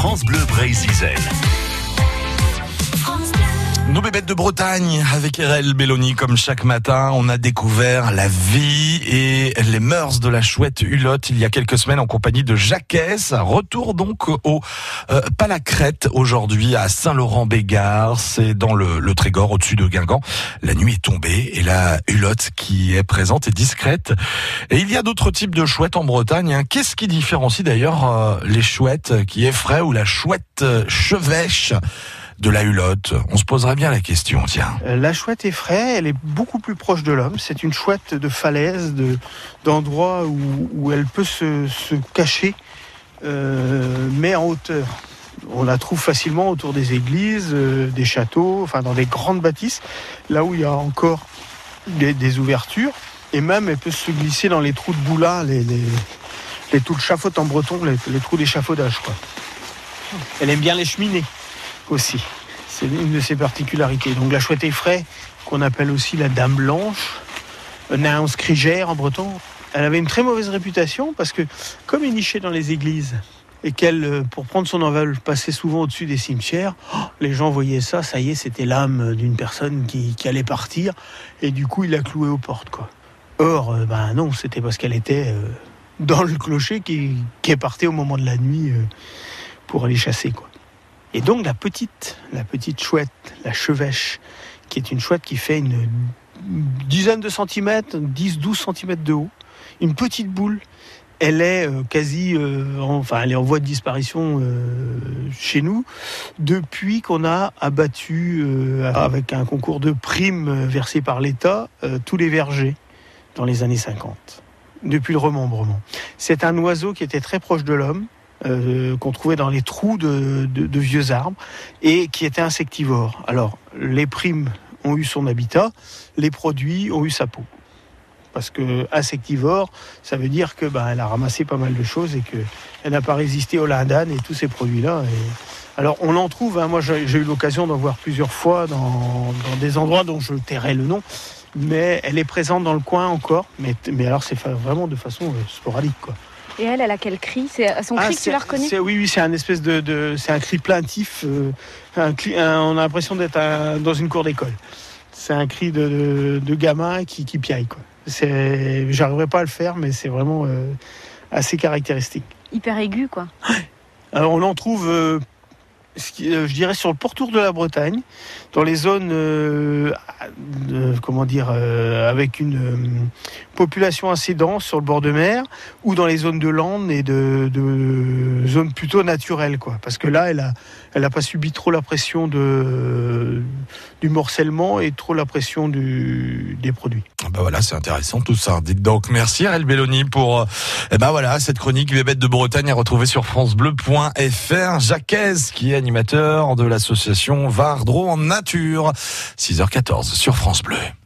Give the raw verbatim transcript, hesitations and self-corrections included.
France Bleu Brésil. Nos bébêtes de Bretagne avec Erel Belloni, comme chaque matin, on a découvert la vie et les mœurs de la chouette Hulotte il y a quelques semaines en compagnie de Jacquès. Retour donc au euh, Palacrète aujourd'hui à Saint-Laurent-Bégard, c'est dans le, le Trégor au-dessus de Guingamp. La nuit est tombée et la Hulotte qui est présente est discrète. Et il y a d'autres types de chouettes en Bretagne. Hein. Qu'est-ce qui différencie d'ailleurs euh, les chouettes qui effraient ou la chouette chevêche de la Hulotte? On se poserait bien la question, tiens. La chouette effraie, elle est beaucoup plus proche de l'homme. C'est une chouette de falaise, de, d'endroits où, où elle peut se, se cacher, euh, mais en hauteur. On la trouve facilement autour des églises, euh, des châteaux, enfin dans des grandes bâtisses, là où il y a encore des, des ouvertures. Et même, elle peut se glisser dans les trous de boulin, les, les, les trous de chafaud en breton, les, les trous d'échafaudage, quoi. Elle aime bien les cheminées aussi. C'est une de ses particularités. Donc la chouette effraie, qu'on appelle aussi la dame blanche, nain scrigère en breton, elle avait une très mauvaise réputation parce que comme elle nichait dans les églises et qu'elle, pour prendre son envol, passait souvent au-dessus des cimetières, oh, les gens voyaient ça, ça y est, c'était l'âme d'une personne qui, qui allait partir et du coup il la clouait aux portes, quoi. Or, euh, ben non, c'était parce qu'elle était euh, dans le clocher qui, qui partait au moment de la nuit euh, pour aller chasser, quoi. Et donc la petite, la petite chouette, la chevêche, qui est une chouette qui fait une dizaine de centimètres, dix douze centimètres de haut, une petite boule, elle est euh, quasi, euh, en, enfin elle est en voie de disparition euh, chez nous, depuis qu'on a abattu, euh, avec un concours de primes versé par l'État, euh, tous les vergers dans les années cinquante, depuis le remembrement. C'est un oiseau qui était très proche de l'homme, Euh, qu'on trouvait dans les trous de, de, de vieux arbres et qui était insectivore. Alors, les primes ont eu son habitat, les produits ont eu sa peau. Parce que insectivore, ça veut dire que ben, elle a ramassé pas mal de choses et qu'elle n'a pas résisté au lindane et tous ces produits-là. Et... Alors, on en trouve, hein, moi j'ai, j'ai eu l'occasion d'en voir plusieurs fois dans, dans des endroits dont je tairai le nom, mais elle est présente dans le coin encore, mais, mais alors c'est vraiment de façon euh, sporadique, quoi. Et elle, elle a quel cri? C'est à son cri ah, que tu la reconnais? c'est, Oui, oui, c'est un espèce de, de c'est un cri plaintif. Euh, un cri, un, on a l'impression d'être un, dans une cour d'école. C'est un cri de, de, de gamin qui, qui piaille, quoi. C'est, j'arriverai pas à le faire, mais c'est vraiment euh, assez caractéristique. Hyper aigu, quoi. Alors, on en trouve, euh, je dirais, sur le pourtour de la Bretagne, dans les zones, euh, de, comment dire, euh, avec une euh, population assez dense sur le bord de mer, ou dans les zones de landes et de, de zones plutôt naturelles, quoi. Parce que là, elle a, elle a pas subi trop la pression de, du morcellement et trop la pression du, des produits. Ben voilà, c'est intéressant tout ça. Dites donc, merci Erel Belloni pour, euh, eh ben voilà, cette chronique Bébête de Bretagne à retrouver sur francebleu point f r. Jacquès, qui est animateur de l'association Vardro en nature. six heures quatorze sur France Bleu.